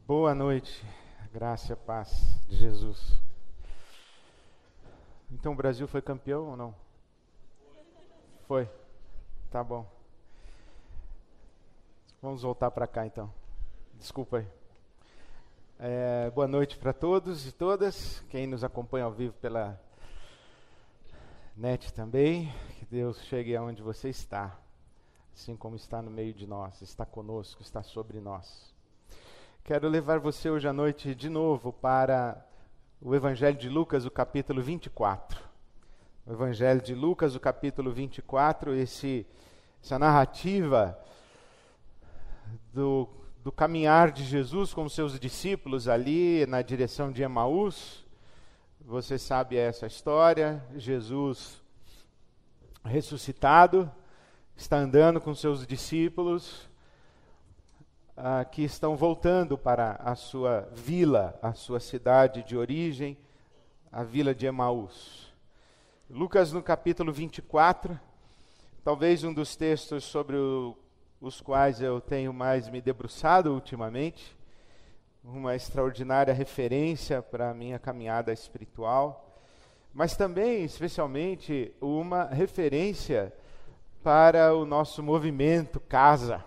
Boa noite, graça e a paz de Jesus. Então o Brasil foi campeão ou não? Foi, tá bom. Vamos voltar para cá então. Desculpa aí. Boa noite para todos e todas, quem nos acompanha ao vivo pela net também. Que Deus chegue aonde você está, assim como está no meio de nós, está conosco, está sobre nós. Quero levar você hoje à noite de novo para o Evangelho de Lucas, o capítulo 24. O Evangelho de Lucas, o capítulo 24, essa narrativa do caminhar de Jesus com os seus discípulos ali na direção de Emaús. Você sabe essa história, Jesus ressuscitado, está andando com seus discípulos, que estão voltando para a sua vila, a sua cidade de origem, a vila de Emaús. Lucas no capítulo 24, talvez um dos textos sobre os quais eu tenho mais me debruçado ultimamente, uma extraordinária referência para a minha caminhada espiritual, mas também, especialmente, uma referência para o nosso movimento Casa.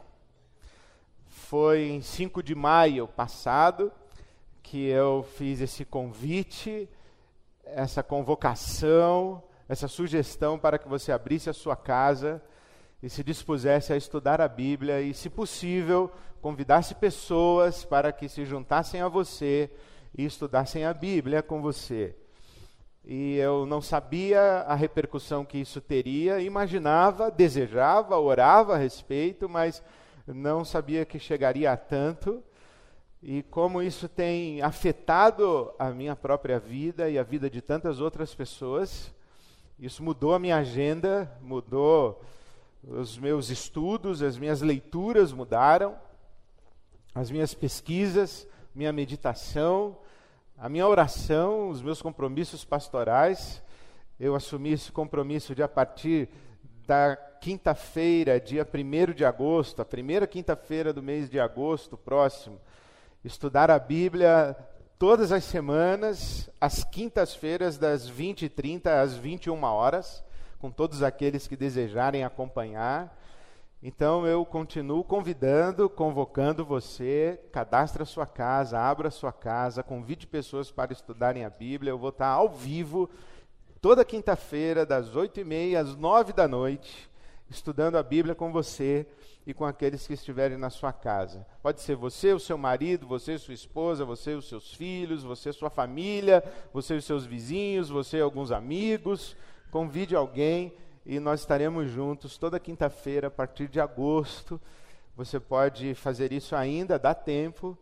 Foi em 5 de maio passado que eu fiz esse convite, essa convocação, essa sugestão para que você abrisse a sua casa e se dispusesse a estudar a Bíblia e, se possível, convidasse pessoas para que se juntassem a você e estudassem a Bíblia com você. E eu não sabia a repercussão que isso teria, imaginava, desejava, orava a respeito, mas não sabia que chegaria a tanto, e como isso tem afetado a minha própria vida e a vida de tantas outras pessoas. Isso mudou a minha agenda, mudou os meus estudos, as minhas leituras mudaram, as minhas pesquisas, minha meditação, a minha oração, os meus compromissos pastorais. Eu assumi esse compromisso de, a partir da quinta-feira, dia 1º de agosto, a primeira quinta-feira do mês de agosto próximo, estudar a Bíblia todas as semanas, às quintas-feiras, das 20h30 às 21h, com todos aqueles que desejarem acompanhar. Então eu continuo convidando, convocando você, cadastre a sua casa, abra a sua casa, convide pessoas para estudarem a Bíblia. Eu vou estar ao vivo toda quinta-feira, das 8h30 às 9h, estudando a Bíblia com você e com aqueles que estiverem na sua casa. Pode ser você, o seu marido, você e sua esposa, você e os seus filhos, você e sua família, você e os seus vizinhos, você e alguns amigos. Convide alguém e nós estaremos juntos toda quinta-feira a partir de agosto. Você pode fazer isso ainda, dá tempo,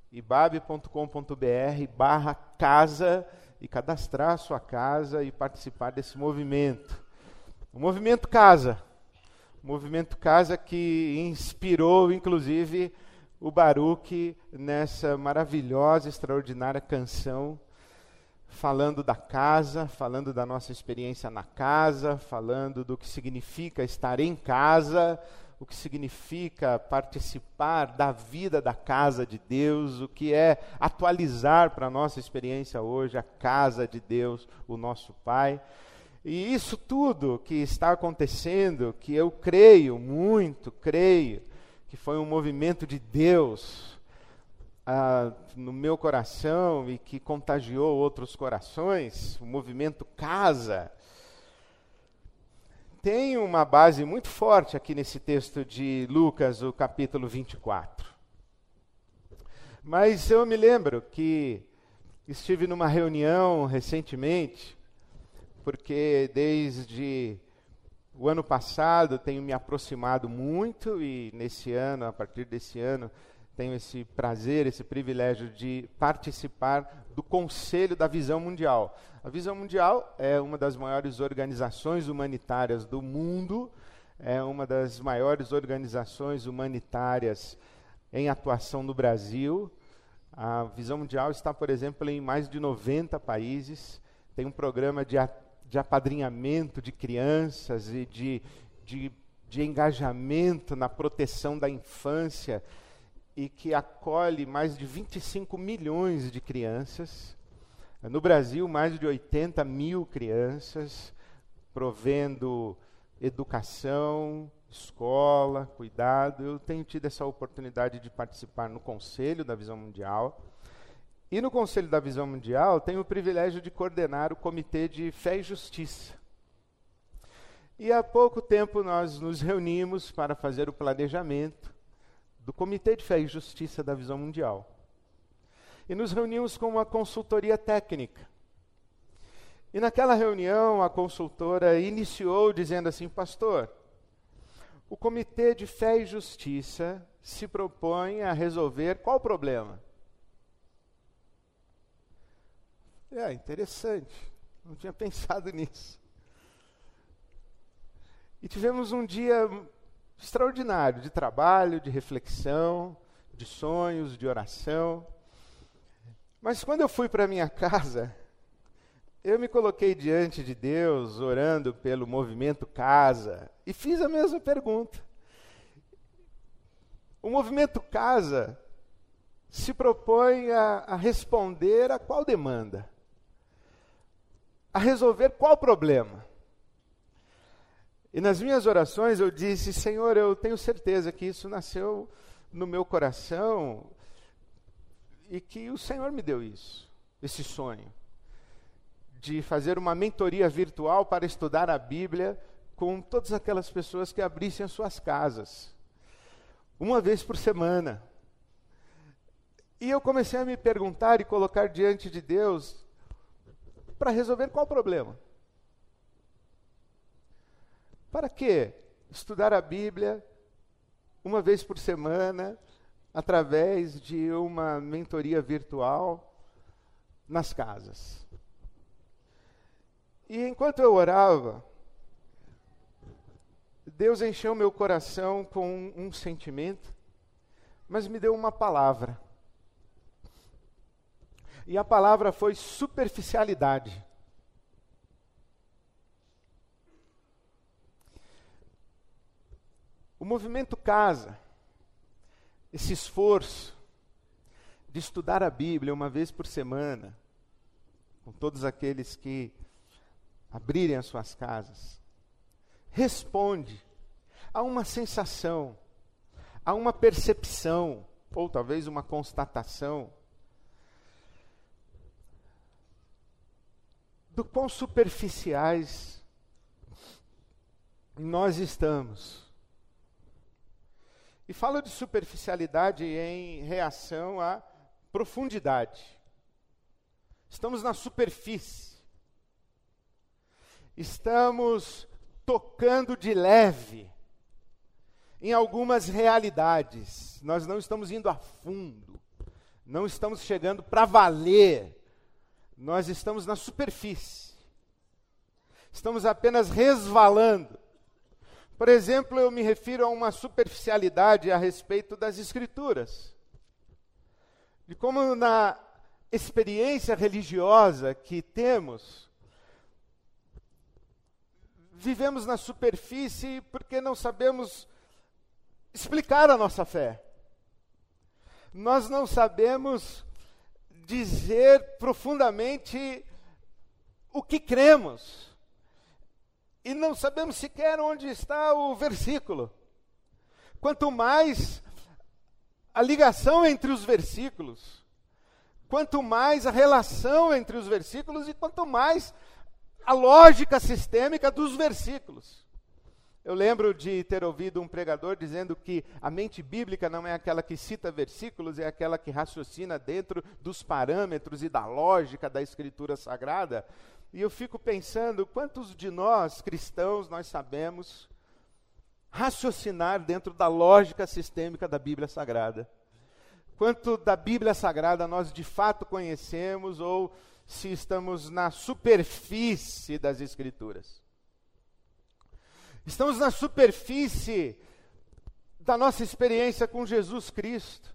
ibabe.com.br/casa, e cadastrar a sua casa e participar desse movimento. O movimento Casa. O movimento Casa que inspirou, inclusive, o Baruch nessa maravilhosa, extraordinária canção, falando da casa, falando da nossa experiência na casa, falando do que significa estar em casa, o que significa participar da vida da casa de Deus, o que é atualizar para a nossa experiência hoje a casa de Deus, o nosso Pai. E isso tudo que está acontecendo, que eu creio, muito creio, que foi um movimento de Deus no meu coração e que contagiou outros corações, o movimento Casa, tem uma base muito forte aqui nesse texto de Lucas, o capítulo 24. Mas eu me lembro que estive numa reunião recentemente, porque desde o ano passado tenho me aproximado muito e nesse ano, a partir desse ano, tenho esse prazer, esse privilégio de participar do Conselho da Visão Mundial. A Visão Mundial é uma das maiores organizações humanitárias do mundo, é uma das maiores organizações humanitárias em atuação no Brasil. A Visão Mundial está, por exemplo, em mais de 90 países, tem um programa de apadrinhamento de crianças e de engajamento na proteção da infância. e que acolhe mais de 25 milhões de crianças. No Brasil, mais de 80 mil crianças, provendo educação, escola, cuidado. Eu tenho tido essa oportunidade de participar no Conselho da Visão Mundial. E no Conselho da Visão Mundial, tenho o privilégio de coordenar o Comitê de Fé e Justiça. E há pouco tempo nós nos reunimos para fazer o planejamento do Comitê de Fé e Justiça da Visão Mundial. E nos reunimos com uma consultoria técnica. E naquela reunião, a consultora iniciou dizendo assim: pastor, o Comitê de Fé e Justiça se propõe a resolver qual problema? Interessante, não tinha pensado nisso. E tivemos um dia extraordinário de trabalho, de reflexão, de sonhos, de oração. Mas quando eu fui para minha casa, eu me coloquei diante de Deus, orando pelo movimento Casa, e fiz a mesma pergunta. O movimento Casa se propõe a responder a qual demanda? A resolver qual problema? E nas minhas orações eu disse: Senhor, eu tenho certeza que isso nasceu no meu coração e que o Senhor me deu isso, esse sonho, de fazer uma mentoria virtual para estudar a Bíblia com todas aquelas pessoas que abrissem as suas casas, uma vez por semana. E eu comecei a me perguntar e colocar diante de Deus para resolver qual problema? Para que estudar a Bíblia uma vez por semana, através de uma mentoria virtual nas casas? E enquanto eu orava, Deus encheu meu coração com um sentimento, mas me deu uma palavra. E a palavra foi superficialidade. O movimento Casa, esse esforço de estudar a Bíblia uma vez por semana, com todos aqueles que abrirem as suas casas, responde a uma sensação, a uma percepção, ou talvez uma constatação, do quão superficiais nós estamos. E falo de superficialidade em reação à profundidade. Estamos na superfície. Estamos tocando de leve em algumas realidades. Nós não estamos indo a fundo. Não estamos chegando para valer. Nós estamos na superfície. Estamos apenas resvalando. Por exemplo, eu me refiro a uma superficialidade a respeito das Escrituras. De como na experiência religiosa que temos, vivemos na superfície porque não sabemos explicar a nossa fé. Nós não sabemos dizer profundamente o que cremos. E não sabemos sequer onde está o versículo. Quanto mais a ligação entre os versículos, quanto mais a relação entre os versículos e quanto mais a lógica sistêmica dos versículos. Eu lembro de ter ouvido um pregador dizendo que a mente bíblica não é aquela que cita versículos, é aquela que raciocina dentro dos parâmetros e da lógica da Escritura Sagrada. E eu fico pensando, quantos de nós, cristãos, nós sabemos raciocinar dentro da lógica sistêmica da Bíblia Sagrada? Quanto da Bíblia Sagrada nós de fato conhecemos ou se estamos na superfície das Escrituras? Estamos na superfície da nossa experiência com Jesus Cristo.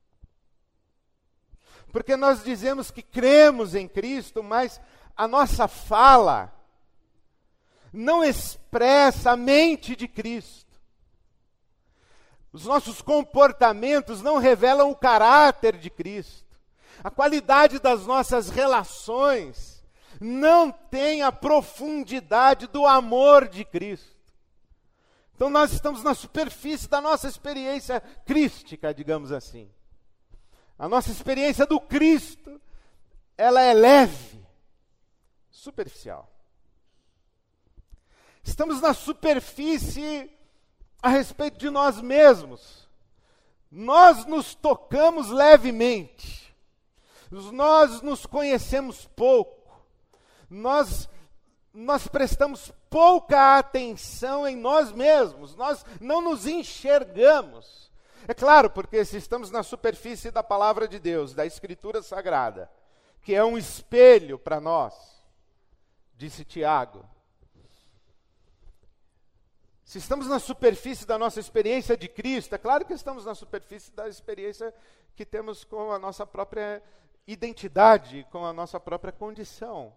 Porque nós dizemos que cremos em Cristo, mas a nossa fala não expressa a mente de Cristo. Os nossos comportamentos não revelam o caráter de Cristo. A qualidade das nossas relações não tem a profundidade do amor de Cristo. Então nós estamos na superfície da nossa experiência crística, digamos assim. A nossa experiência do Cristo, ela é leve, superficial. Estamos na superfície a respeito de nós mesmos. Nós nos tocamos levemente. Nós nos conhecemos pouco. Nós prestamos pouca atenção em nós mesmos. Nós não nos enxergamos. É claro, porque se estamos na superfície da palavra de Deus, da Escritura Sagrada, que é um espelho para nós, disse Tiago. Se estamos na superfície da nossa experiência de Cristo, é claro que estamos na superfície da experiência que temos com a nossa própria identidade, com a nossa própria condição.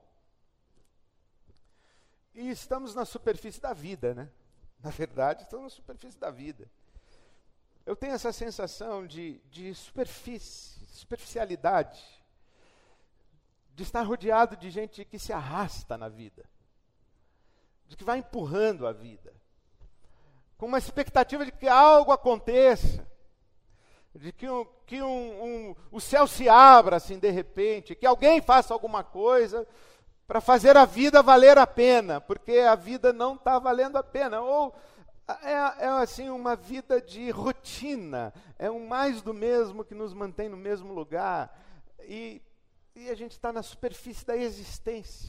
E estamos na superfície da vida, né? Na verdade, estamos na superfície da vida. Eu tenho essa sensação de superficialidade, de estar rodeado de gente que se arrasta na vida, de que vai empurrando a vida, com uma expectativa de que algo aconteça, de que o céu se abra assim de repente, que alguém faça alguma coisa para fazer a vida valer a pena, porque a vida não está valendo a pena, ou é assim uma vida de rotina, é um mais do mesmo que nos mantém no mesmo lugar, e a gente está na superfície da existência.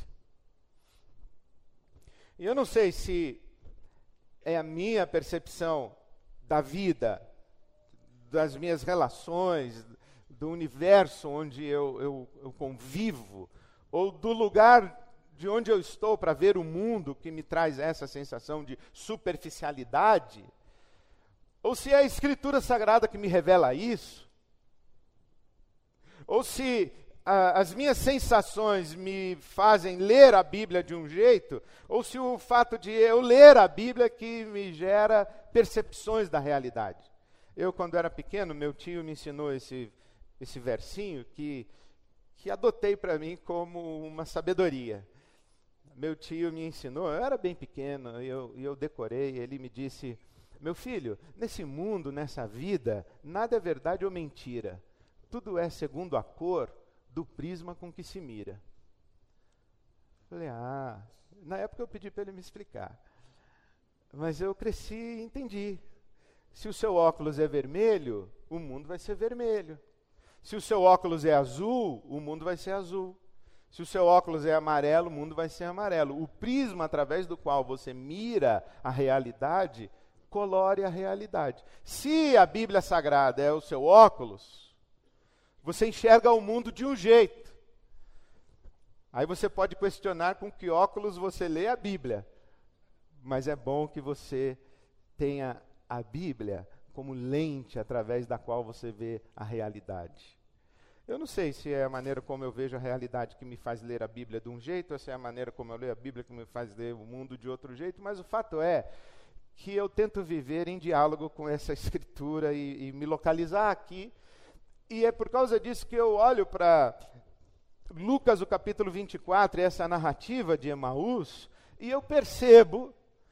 E eu não sei se é a minha percepção da vida, das minhas relações, do universo onde eu convivo, ou do lugar de onde eu estou para ver o mundo que me traz essa sensação de superficialidade, ou se é a Escritura Sagrada que me revela isso, ou se as minhas sensações me fazem ler a Bíblia de um jeito, ou se o fato de eu ler a Bíblia que me gera percepções da realidade. Eu, quando era pequeno, meu tio me ensinou esse versinho que adotei para mim como uma sabedoria. Meu tio me ensinou, eu era bem pequeno, e eu decorei, ele me disse: meu filho, nesse mundo, nessa vida, nada é verdade ou mentira. Tudo é segundo a cor do prisma com que se mira. Falei, na época eu pedi para ele me explicar. Mas eu cresci e entendi. Se o seu óculos é vermelho, o mundo vai ser vermelho. Se o seu óculos é azul, o mundo vai ser azul. Se o seu óculos é amarelo, o mundo vai ser amarelo. O prisma através do qual você mira a realidade, colore a realidade. Se a Bíblia Sagrada é o seu óculos, você enxerga o mundo de um jeito. Aí você pode questionar com que óculos você lê a Bíblia. Mas é bom que você tenha a Bíblia como lente através da qual você vê a realidade. Eu não sei se é a maneira como eu vejo a realidade que me faz ler a Bíblia de um jeito, ou se é a maneira como eu leio a Bíblia que me faz ler o mundo de outro jeito, mas o fato é que eu tento viver em diálogo com essa Escritura e me localizar aqui. E é por causa disso que eu olho para Lucas, o capítulo 24, essa narrativa de Emaús, e eu percebo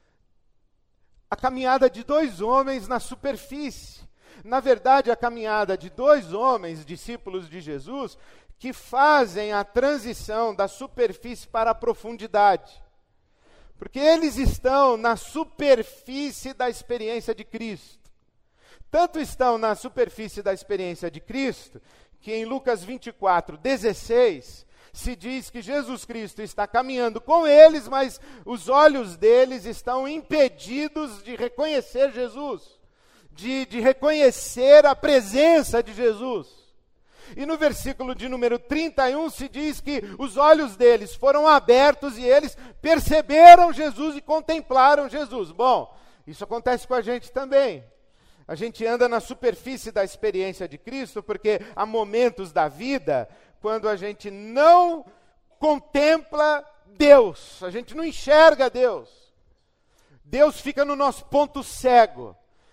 a caminhada de dois homens na superfície. Na verdade, a caminhada de dois homens, discípulos de Jesus, que fazem a transição da superfície para a profundidade. Porque eles estão na superfície da experiência de Cristo. Tanto estão na superfície da experiência de Cristo, que em Lucas 24, 16, se diz que Jesus Cristo está caminhando com eles, mas os olhos deles estão impedidos de reconhecer Jesus, de reconhecer a presença de Jesus. E no versículo de número 31 se diz que os olhos deles foram abertos e eles perceberam Jesus e contemplaram Jesus. Bom, isso acontece com a gente também. A gente anda na superfície da experiência de Cristo, porque há momentos da vida quando a gente não contempla Deus, a gente não enxerga Deus. Deus fica no nosso ponto cego.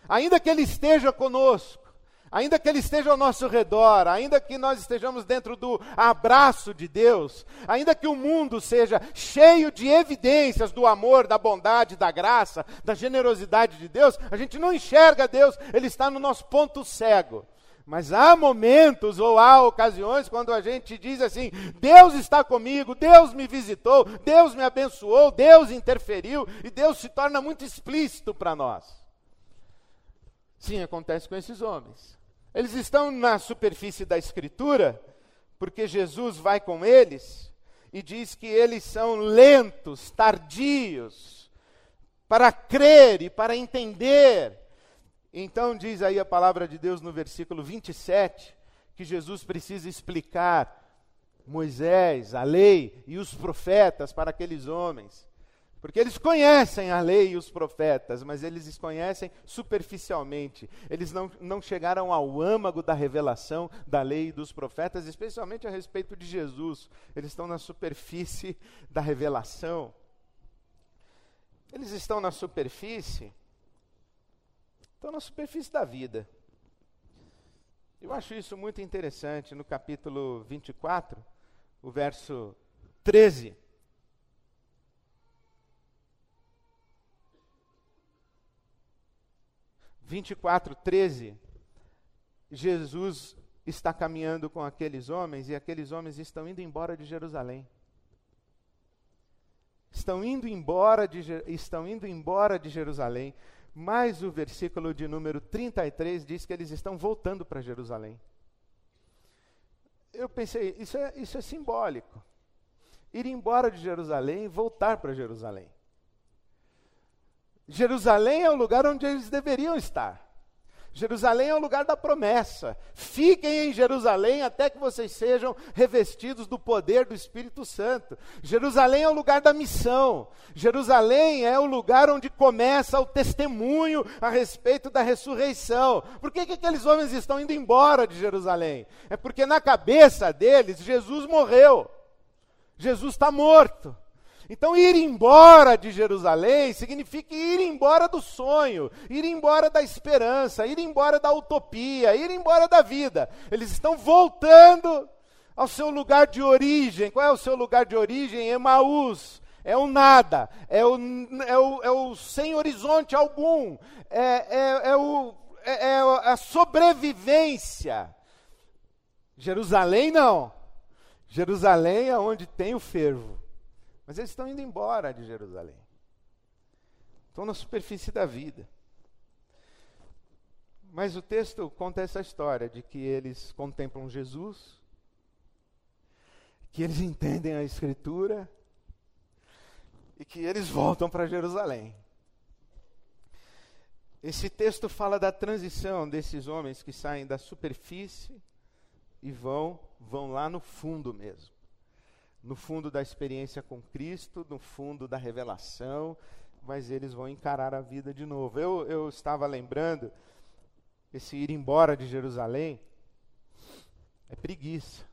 ainda que Ele esteja conosco, ainda que Ele esteja ao nosso redor, ainda que nós estejamos dentro do abraço de Deus, ainda que o mundo seja cheio de evidências do amor, da bondade, da graça, da generosidade de Deus, a gente não enxerga Deus, Ele está no nosso ponto cego. Mas há momentos ou há ocasiões quando a gente diz assim, Deus está comigo, Deus me visitou, Deus me abençoou, Deus interferiu, e Deus se torna muito explícito para nós. Sim, acontece com esses homens. Eles estão na superfície da Escritura, porque Jesus vai com eles e diz que eles são lentos, tardios, para crer e para entender. Então diz aí a palavra de Deus no versículo 27, que Jesus precisa explicar Moisés, a lei e os profetas para aqueles homens. Porque eles conhecem a lei e os profetas, mas eles os conhecem superficialmente. Eles não chegaram ao âmago da revelação da lei e dos profetas, especialmente a respeito de Jesus. Eles estão na superfície da revelação. Eles estão na superfície da vida. Eu acho isso muito interessante no capítulo 24, o verso 13. Jesus está caminhando com aqueles homens e aqueles homens estão indo embora de Jerusalém. Estão indo embora de Jerusalém. Mas o versículo de número 33 diz que eles estão voltando para Jerusalém. Eu pensei, isso é simbólico. Ir embora de Jerusalém e voltar para Jerusalém. Jerusalém é o lugar onde eles deveriam estar. Jerusalém é o lugar da promessa. Fiquem em Jerusalém até que vocês sejam revestidos do poder do Espírito Santo. Jerusalém é o lugar da missão. Jerusalém é o lugar onde começa o testemunho a respeito da ressurreição. Por que aqueles homens estão indo embora de Jerusalém? É porque na cabeça deles, Jesus morreu. Jesus está morto. Então, ir embora de Jerusalém significa ir embora do sonho, ir embora da esperança, ir embora da utopia, ir embora da vida. Eles estão voltando ao seu lugar de origem. Qual é o seu lugar de origem? Emaús. É o nada, é o sem horizonte algum, é a sobrevivência. Jerusalém não. Jerusalém é onde tem o fervo. Mas eles estão indo embora de Jerusalém. Estão na superfície da vida. Mas o texto conta essa história de que eles contemplam Jesus, que eles entendem a Escritura e que eles voltam para Jerusalém. Esse texto fala da transição desses homens que saem da superfície e vão lá no fundo mesmo. No fundo da experiência com Cristo, no fundo da revelação, mas eles vão encarar a vida de novo. Eu estava lembrando, esse ir embora de Jerusalém é preguiça.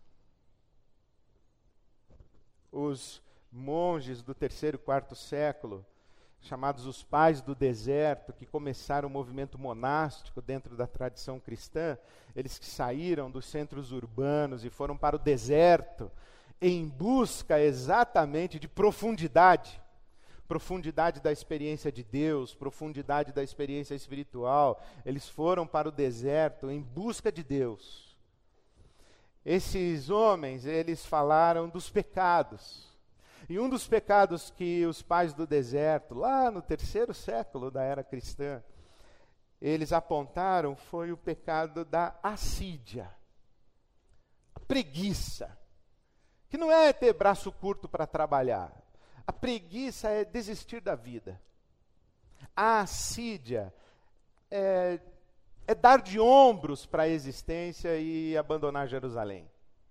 Os monges do 3º e 4º século, chamados os pais do deserto, que começaram o movimento monástico dentro da tradição cristã, eles que saíram dos centros urbanos e foram para o deserto, em busca exatamente de profundidade da experiência de Deus, profundidade da experiência espiritual. Eles foram para o deserto em busca de Deus. Esses homens, eles falaram dos pecados. E um dos pecados que os pais do deserto, lá no 3º século da era cristã, eles apontaram foi o pecado da assídia, a preguiça. Que não é ter braço curto para trabalhar. A preguiça é desistir da vida. A assídia é dar de ombros para a existência e abandonar Jerusalém.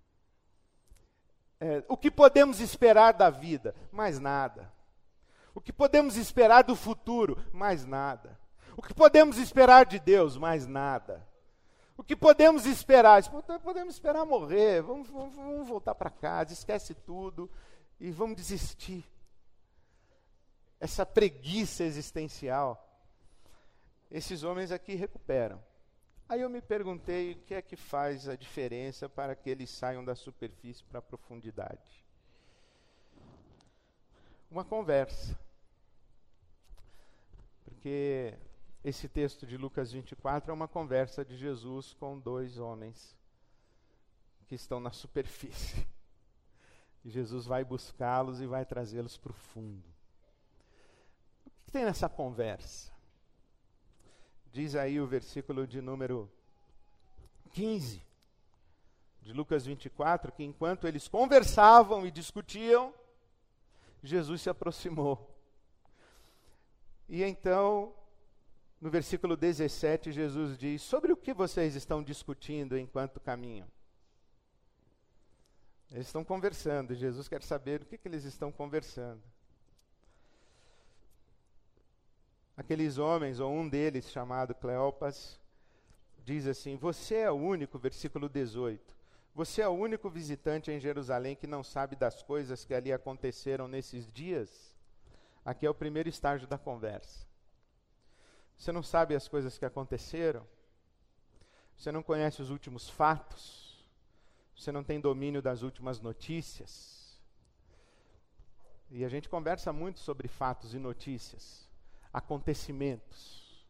O que podemos esperar da vida? Mais nada. O que podemos esperar do futuro? Mais nada. O que podemos esperar de Deus? Mais nada. O que podemos esperar? Podemos esperar morrer, vamos voltar para casa, esquece tudo e vamos desistir. Essa preguiça existencial. esses homens aqui recuperam. Aí eu me perguntei o que é que faz a diferença para que eles saiam da superfície para a profundidade. Uma conversa. Porque esse texto de Lucas 24 é uma conversa de Jesus com dois homens que estão na superfície. E Jesus vai buscá-los e vai trazê-los para o fundo. O que tem nessa conversa? Diz aí o versículo de número 15 de Lucas 24, que enquanto eles conversavam e discutiam, Jesus se aproximou. E então, no versículo 17, Jesus diz: sobre o que vocês estão discutindo enquanto caminham? Eles estão conversando, e Jesus quer saber o que eles estão conversando. Aqueles homens, ou um deles, chamado Cleopas, diz assim: você é o único, versículo 18, você é o único visitante em Jerusalém que não sabe das coisas que ali aconteceram nesses dias? Aqui é o primeiro estágio da conversa. Você não sabe as coisas que aconteceram? Você não conhece os últimos fatos? Você não tem domínio das últimas notícias? E a gente conversa muito sobre fatos e notícias, acontecimentos.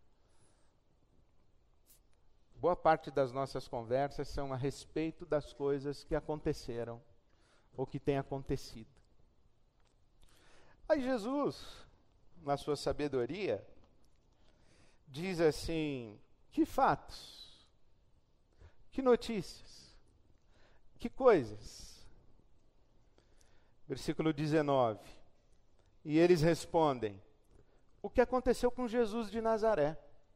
Boa parte das nossas conversas são a respeito das coisas que aconteceram ou que têm acontecido. Aí Jesus, na sua sabedoria, diz assim: que fatos? Que notícias? Que coisas? Versículo 19. E eles respondem: o que aconteceu com Jesus de Nazaré?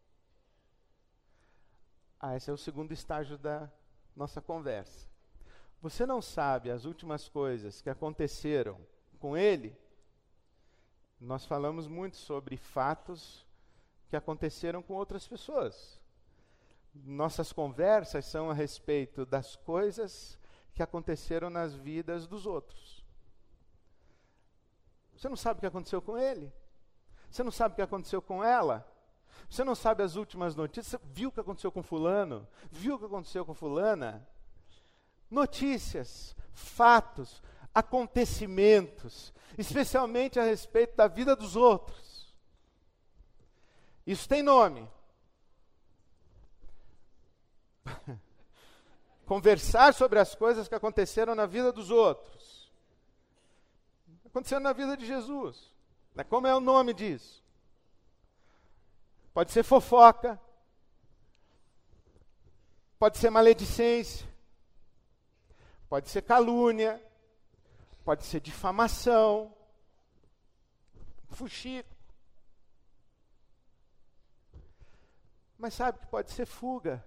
Esse é o segundo estágio da nossa conversa. Você não sabe as últimas coisas que aconteceram com ele? Nós falamos muito sobre fatos que aconteceram com outras pessoas. Nossas conversas são a respeito das coisas que aconteceram nas vidas dos outros. Você não sabe o que aconteceu com ele? Você não sabe o que aconteceu com ela? Você não sabe as últimas notícias? Você viu o que aconteceu com fulano? Viu o que aconteceu com fulana? Notícias, fatos, acontecimentos, especialmente a respeito da vida dos outros. Isso tem nome. Conversar sobre as coisas que aconteceram na vida dos outros. Acontecendo na vida de Jesus. Como é o nome disso? Pode ser fofoca. Pode ser maledicência. Pode ser calúnia. Pode ser difamação. Fuxico. Mas sabe que pode ser fuga.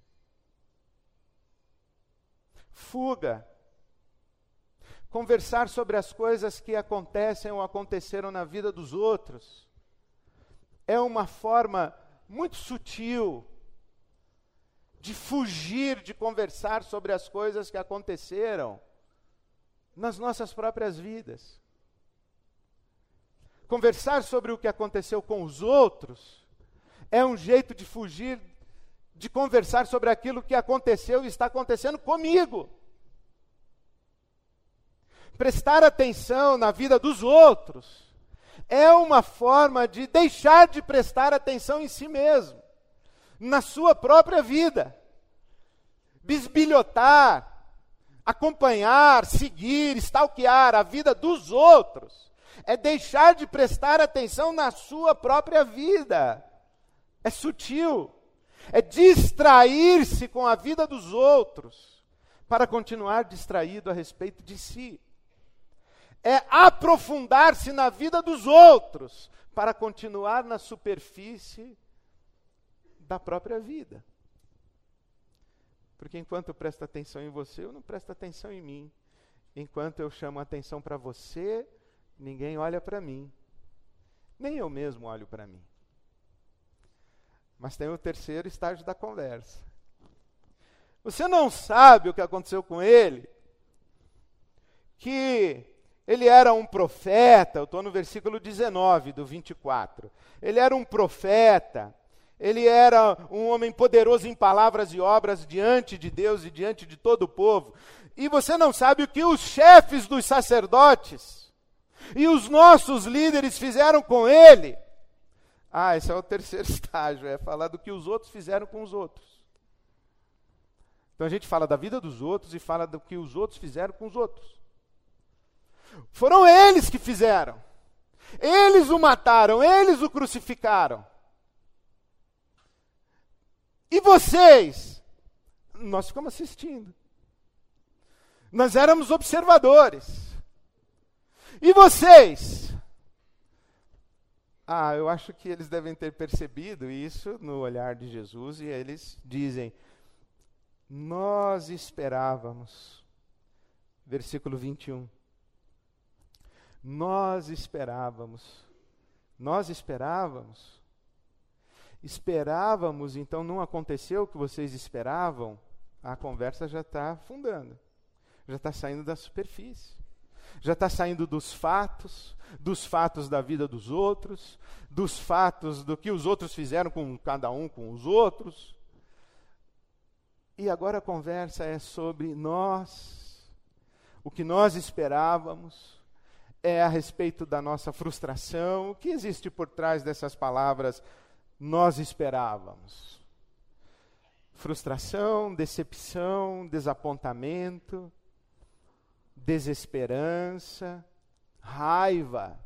Fuga. Conversar sobre as coisas que acontecem ou aconteceram na vida dos outros é uma forma muito sutil de fugir de conversar sobre as coisas que aconteceram nas nossas próprias vidas. Conversar sobre o que aconteceu com os outros é um jeito de fugir de conversar sobre aquilo que aconteceu e está acontecendo comigo. Prestar atenção na vida dos outros é uma forma de deixar de prestar atenção em si mesmo, na sua própria vida. Bisbilhotar, acompanhar, seguir, stalkear a vida dos outros é deixar de prestar atenção na sua própria vida. É sutil. É distrair-se com a vida dos outros para continuar distraído a respeito de si. É aprofundar-se na vida dos outros para continuar na superfície da própria vida. Porque enquanto eu presto atenção em você, eu não presto atenção em mim. Enquanto eu chamo a atenção para você, ninguém olha para mim. Nem eu mesmo olho para mim. Mas tem o terceiro estágio da conversa. Você não sabe o que aconteceu com ele? Que ele era um profeta, eu estou no versículo 19 do 24. Ele era um profeta Ele era um homem poderoso em palavras e obras diante de Deus e diante de todo o povo. E você não sabe o que os chefes dos sacerdotes e os nossos líderes fizeram com ele. Esse é o terceiro estágio, é falar do que os outros fizeram com os outros. Então a gente fala da vida dos outros e fala do que os outros fizeram com os outros. Foram eles que fizeram. Eles o mataram, eles o crucificaram. E vocês? Nós ficamos assistindo. Nós éramos observadores. E vocês? Eu acho que eles devem ter percebido isso no olhar de Jesus, e eles dizem: nós esperávamos. Versículo 21. Nós esperávamos. Nós esperávamos. Esperávamos, então não aconteceu o que vocês esperavam? A conversa já está afundando. Já está saindo da superfície. Já está saindo dos fatos da vida dos outros, dos fatos do que os outros fizeram com cada um, com os outros. E agora a conversa é sobre nós, o que nós esperávamos, é a respeito da nossa frustração. O que existe por trás dessas palavras, nós esperávamos? Frustração, decepção, desapontamento, desesperança, raiva.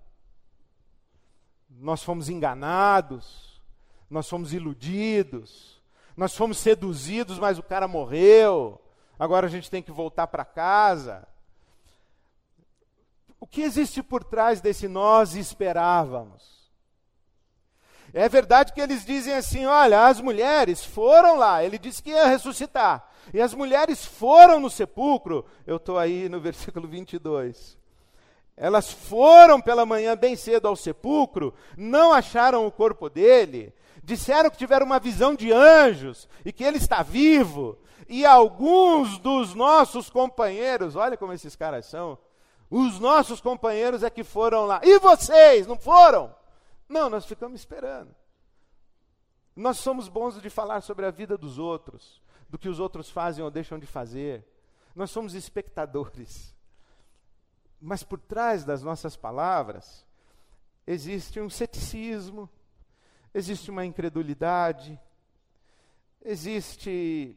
Nós fomos enganados, nós fomos iludidos, nós fomos seduzidos, mas o cara morreu, agora a gente tem que voltar para casa. O que existe por trás desse nós esperávamos? É verdade que eles dizem assim, olha, as mulheres foram lá, ele disse que ia ressuscitar, e as mulheres foram no sepulcro, eu estou aí no versículo 22, elas foram pela manhã bem cedo ao sepulcro, não acharam o corpo dele, disseram que tiveram uma visão de anjos, e que ele está vivo, e alguns dos nossos companheiros, olha como esses caras são, os nossos companheiros é que foram lá, e vocês, não foram? Não, nós ficamos esperando. Nós somos bons de falar sobre a vida dos outros, do que os outros fazem ou deixam de fazer. Nós somos espectadores. Mas por trás das nossas palavras, existe um ceticismo, existe uma incredulidade, existe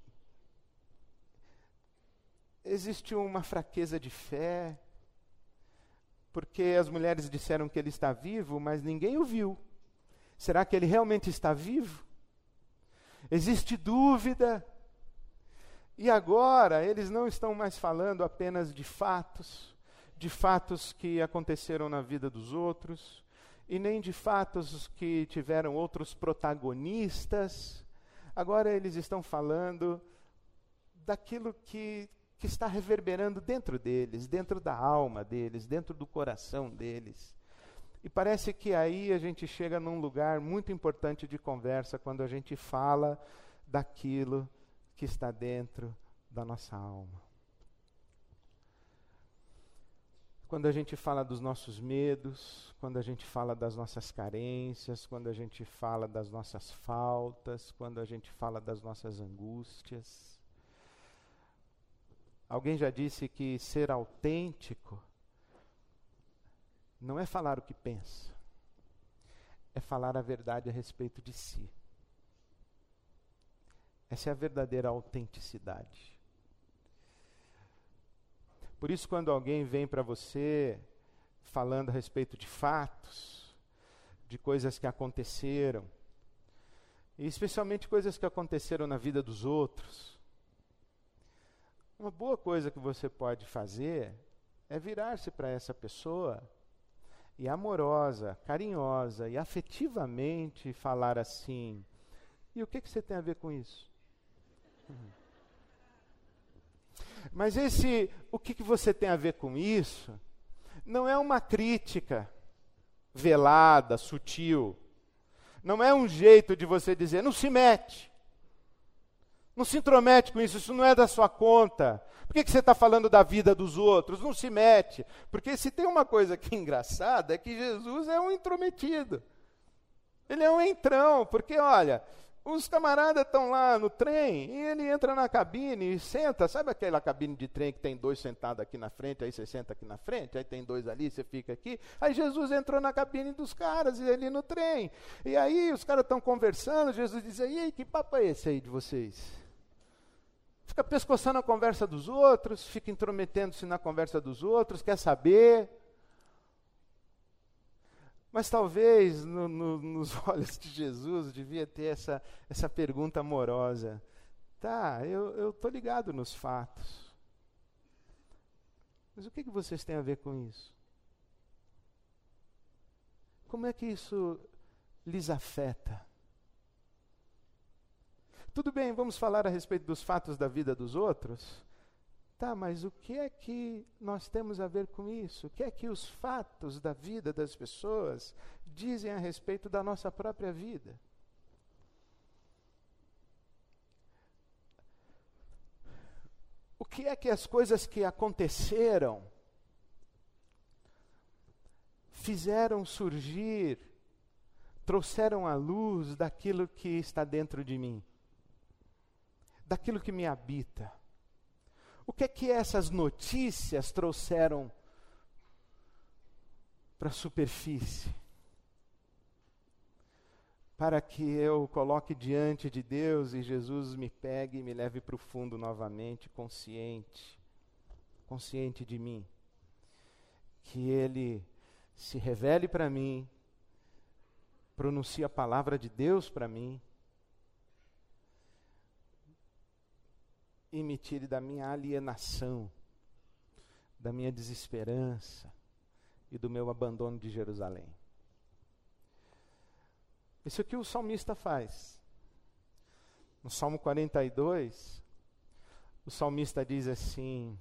uma fraqueza de fé, porque as mulheres disseram que ele está vivo, mas ninguém o viu. Será que ele realmente está vivo? Existe dúvida. E agora, eles não estão mais falando apenas de fatos que aconteceram na vida dos outros, e nem de fatos que tiveram outros protagonistas. Agora eles estão falando daquilo que está reverberando dentro deles, dentro da alma deles, dentro do coração deles. E parece que aí a gente chega num lugar muito importante de conversa, quando a gente fala daquilo que está dentro da nossa alma. Quando a gente fala dos nossos medos, quando a gente fala das nossas carências, quando a gente fala das nossas faltas, quando a gente fala das nossas angústias. Alguém já disse que ser autêntico não é falar o que pensa, é falar a verdade a respeito de si. Essa é a verdadeira autenticidade. Por isso, quando alguém vem para você falando a respeito de fatos, de coisas que aconteceram, e especialmente coisas que aconteceram na vida dos outros, uma boa coisa que você pode fazer é virar-se para essa pessoa e amorosa, carinhosa e afetivamente falar assim: e o que você tem a ver com isso? Mas o que você tem a ver com isso, não é uma crítica velada, sutil. Não é um jeito de você dizer, não se mete. Não se intromete com isso não é da sua conta. Por que você está falando da vida dos outros? Não se mete. Porque se tem uma coisa que é engraçada, é que Jesus é um intrometido. Ele é um entrão, porque olha, os camaradas estão lá no trem, e ele entra na cabine e senta. Sabe aquela cabine de trem que tem 2 sentados aqui na frente, aí você senta aqui na frente, aí tem 2 ali, você fica aqui. Aí Jesus entrou na cabine dos caras, e ali no trem. E aí os caras estão conversando, Jesus diz, e aí, que papo é esse aí de vocês? Fica pescoçando a conversa dos outros, fica intrometendo-se na conversa dos outros, quer saber. Mas talvez nos olhos de Jesus devia ter essa pergunta amorosa. Tá, eu estou ligado nos fatos. Mas o que vocês têm a ver com isso? Como é que isso lhes afeta? Tudo bem, vamos falar a respeito dos fatos da vida dos outros? Tá, mas o que é que nós temos a ver com isso? O que é que os fatos da vida das pessoas dizem a respeito da nossa própria vida? O que é que as coisas que aconteceram fizeram surgir, trouxeram à luz daquilo que está dentro de mim? Daquilo que me habita? O que é que essas notícias trouxeram para a superfície? Para que eu coloque diante de Deus e Jesus me pegue e me leve para o fundo novamente, consciente de mim. Que Ele se revele para mim, pronuncie a palavra de Deus para mim, e me tire da minha alienação, da minha desesperança e do meu abandono de Jerusalém. Isso é o que o salmista faz. No Salmo 42, o salmista diz assim: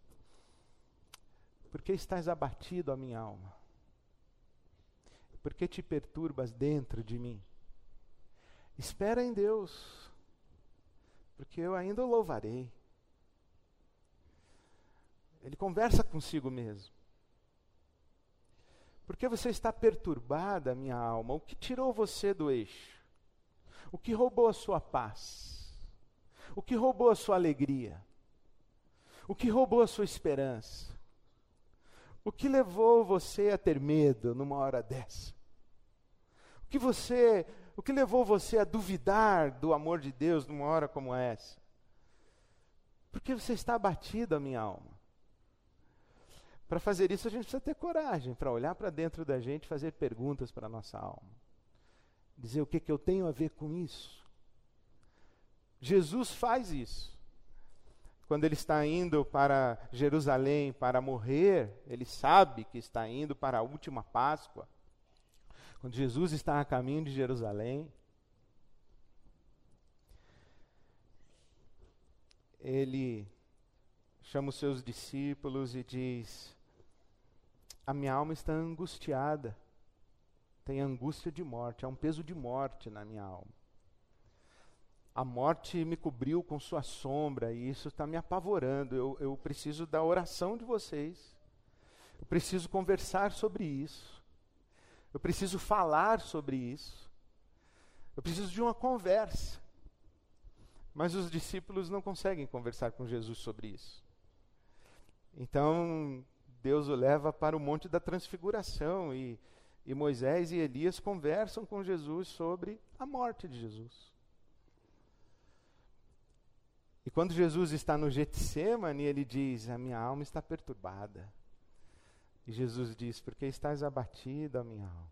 por que estás abatido, a minha alma? Por que te perturbas dentro de mim? Espera em Deus, porque eu ainda o louvarei. Ele conversa consigo mesmo. Por que você está perturbada, minha alma? O que tirou você do eixo? O que roubou a sua paz? O que roubou a sua alegria? O que roubou a sua esperança? O que levou você a ter medo numa hora dessa? O que levou você a duvidar do amor de Deus numa hora como essa? Por que você está abatido, minha alma? Para fazer isso, a gente precisa ter coragem, para olhar para dentro da gente e fazer perguntas para a nossa alma. Dizer o que eu tenho a ver com isso. Jesus faz isso. Quando ele está indo para Jerusalém para morrer, ele sabe que está indo para a última Páscoa. Quando Jesus está a caminho de Jerusalém, ele chama os seus discípulos e diz: a minha alma está angustiada, tem angústia de morte, há um peso de morte na minha alma. A morte me cobriu com sua sombra e isso está me apavorando. Eu preciso da oração de vocês. Eu preciso conversar sobre isso. Eu preciso falar sobre isso. Eu preciso de uma conversa. Mas os discípulos não conseguem conversar com Jesus sobre isso. Então, Deus o leva para o Monte da Transfiguração e Moisés e Elias conversam com Jesus sobre a morte de Jesus. E quando Jesus está no Getsêmani, ele diz: a minha alma está perturbada. E Jesus diz: por que estás abatida, minha alma?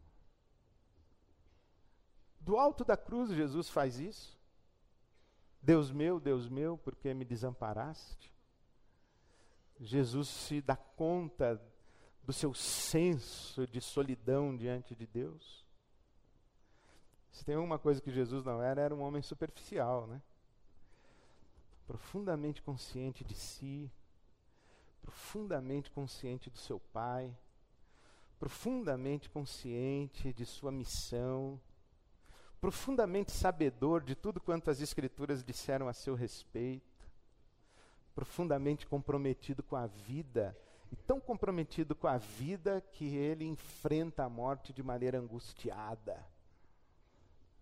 Do alto da cruz, Jesus faz isso. Deus meu, por que me desamparaste? Jesus se dá conta do seu senso de solidão diante de Deus. Se tem uma coisa que Jesus não era um homem superficial, né? Profundamente consciente de si, profundamente consciente do seu Pai, profundamente consciente de sua missão, profundamente sabedor de tudo quanto as Escrituras disseram a seu respeito, profundamente comprometido com a vida, e tão comprometido com a vida que ele enfrenta a morte de maneira angustiada.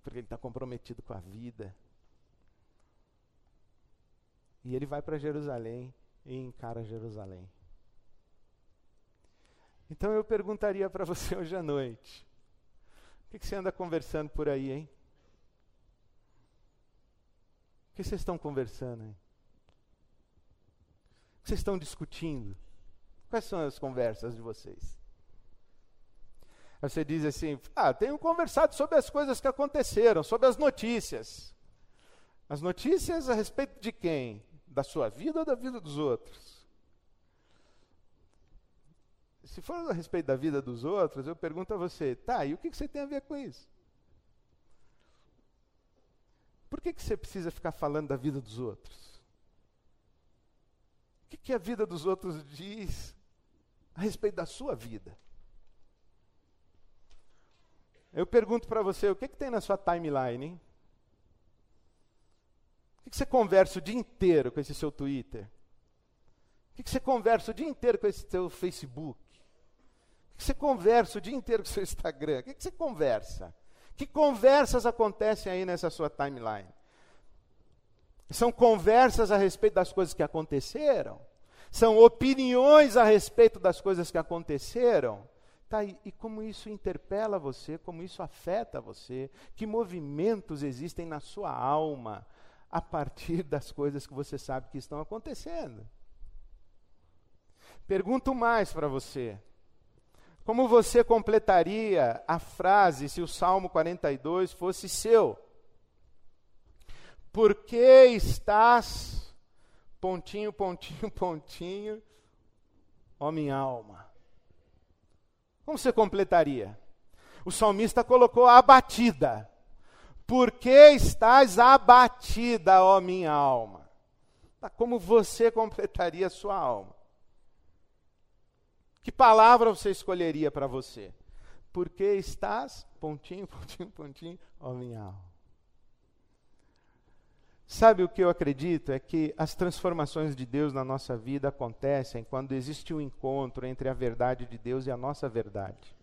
porque ele está comprometido com a vida. E ele vai para Jerusalém e encara Jerusalém. Então eu perguntaria para você hoje à noite, o que você anda conversando por aí, hein? O que vocês estão conversando aí? O que vocês estão discutindo? Quais são as conversas de vocês? Aí você diz assim, tenho conversado sobre as coisas que aconteceram, sobre as notícias. As notícias a respeito de quem? Da sua vida ou da vida dos outros? Se for a respeito da vida dos outros, eu pergunto a você, e o que você tem a ver com isso? Por que você precisa ficar falando da vida dos outros? O que a vida dos outros diz a respeito da sua vida? Eu pergunto para você, o que tem na sua timeline, hein? O que você conversa o dia inteiro com esse seu Twitter? O que você conversa o dia inteiro com esse seu Facebook? O que você conversa o dia inteiro com o seu Instagram? O que você conversa? Que conversas acontecem aí nessa sua timeline? São conversas a respeito das coisas que aconteceram? São opiniões a respeito das coisas que aconteceram? E como isso interpela você, como isso afeta você? Que movimentos existem na sua alma a partir das coisas que você sabe que estão acontecendo? Pergunto mais para você. Como você completaria a frase se o Salmo 42 fosse seu? Por que estás, pontinho, pontinho, pontinho, ó minha alma? Como você completaria? O salmista colocou abatida. Por que estás abatida, ó minha alma? Como você completaria a sua alma? Que palavra você escolheria para você? Por que estás, pontinho, pontinho, pontinho, ó minha alma? Sabe o que eu acredito? É que as transformações de Deus na nossa vida acontecem quando existe um encontro entre a verdade de Deus e a nossa verdade.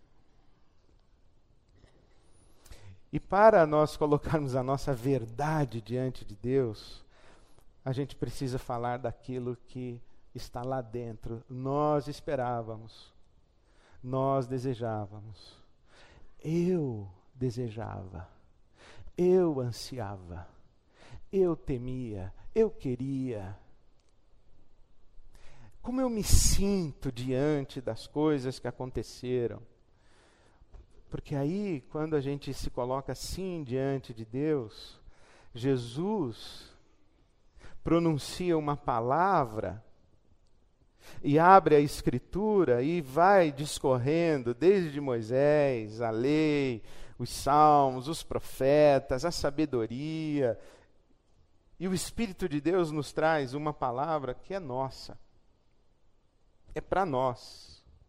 E para nós colocarmos a nossa verdade diante de Deus, a gente precisa falar daquilo que está lá dentro. Nós esperávamos, nós desejávamos, eu desejava, eu ansiava, eu temia, eu queria. Como eu me sinto diante das coisas que aconteceram? Porque aí, quando a gente se coloca assim diante de Deus, Jesus pronuncia uma palavra e abre a Escritura e vai discorrendo desde Moisés, a lei, os salmos, os profetas, a sabedoria. E o Espírito de Deus nos traz uma palavra que é nossa. É para nós.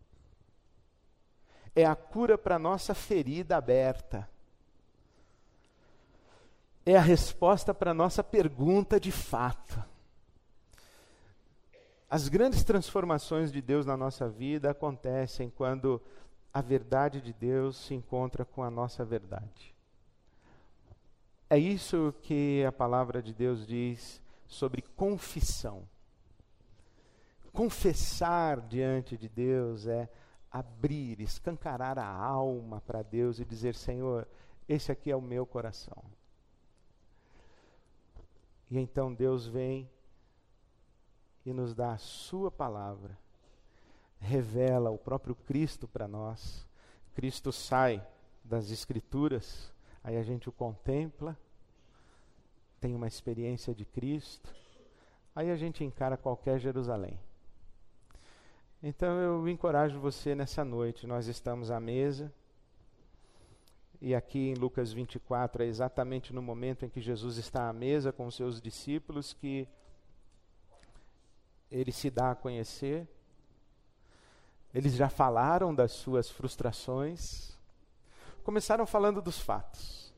É a cura para a nossa ferida aberta. É a resposta para a nossa pergunta de fato. As grandes transformações de Deus na nossa vida acontecem quando a verdade de Deus se encontra com a nossa verdade. É isso que a palavra de Deus diz sobre confissão. Confessar diante de Deus é abrir, escancarar a alma para Deus e dizer, Senhor, esse aqui é o meu coração. E então Deus vem e nos dá a sua palavra, revela o próprio Cristo para nós. Cristo sai das Escrituras, aí a gente o contempla, tem uma experiência de Cristo, aí a gente encara qualquer Jerusalém. Então eu encorajo você nessa noite, nós estamos à mesa, e aqui em Lucas 24 é exatamente no momento em que Jesus está à mesa com os seus discípulos que ele se dá a conhecer. Eles já falaram das suas frustrações, começaram falando dos fatos,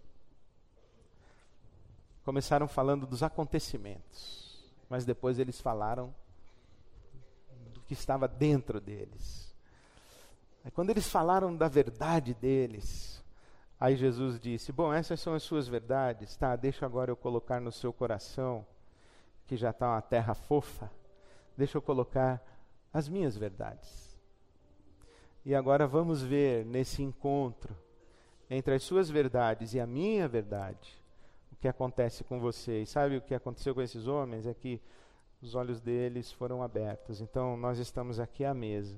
começaram falando dos acontecimentos, mas depois eles falaram do que estava dentro deles. Aí, quando eles falaram da verdade deles, Aí Jesus disse: bom, essas são as suas verdades, tá? Deixa agora eu colocar no seu coração, que já está uma terra fofa, deixa eu colocar as minhas verdades. E agora vamos ver nesse encontro entre as suas verdades e a minha verdade, o que acontece com você. E sabe o que aconteceu com esses homens? É que os olhos deles foram abertos. Então nós estamos aqui à mesa.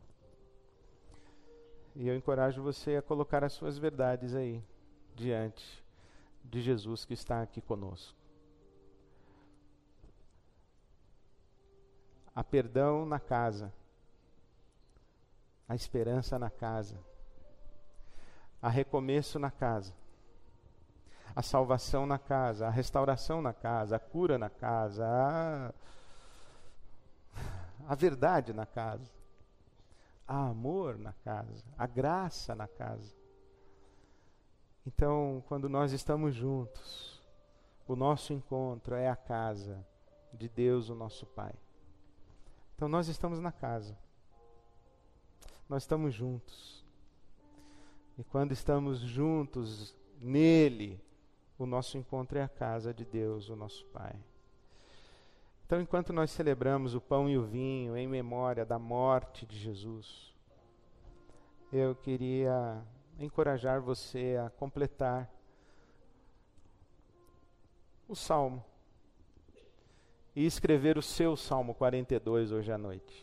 E eu encorajo você a colocar as suas verdades aí, diante de Jesus que está aqui conosco. Há perdão na casa, há esperança na casa, há recomeço na casa, há salvação na casa, há restauração na casa, há cura na casa, há verdade na casa. Há amor na casa, há graça na casa. Então, quando nós estamos juntos, o nosso encontro é a casa de Deus, o nosso Pai. Então, nós estamos na casa. Nós estamos juntos. E quando estamos juntos nele, o nosso encontro é a casa de Deus, o nosso Pai. Então, enquanto nós celebramos o pão e o vinho em memória da morte de Jesus, eu queria encorajar você a completar o Salmo e escrever o seu Salmo 42 hoje à noite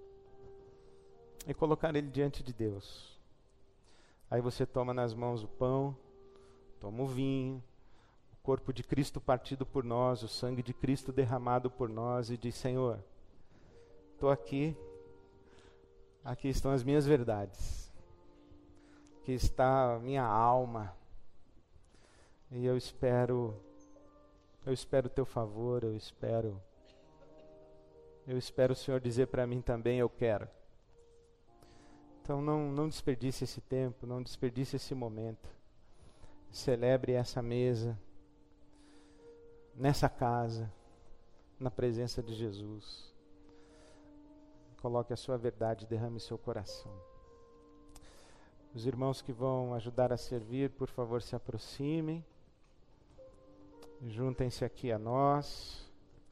e colocar ele diante de Deus. Aí você toma nas mãos o pão, toma o vinho, corpo de Cristo partido por nós, o sangue de Cristo derramado por nós, e diz: Senhor, estou aqui estão as minhas verdades, aqui está a minha alma, e eu espero o teu favor, eu espero o Senhor dizer para mim também: eu quero. Então não desperdice esse tempo, não desperdice esse momento, celebre essa mesa, nessa casa, na presença de Jesus. Coloque a sua verdade, derrame seu coração. Os irmãos que vão ajudar a servir, por favor, se aproximem. Juntem-se aqui a nós.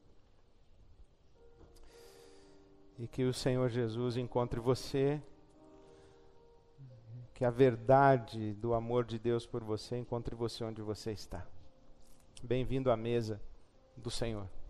E que o Senhor Jesus encontre você. Que a verdade do amor de Deus por você encontre você onde você está. Bem-vindo à mesa do Senhor.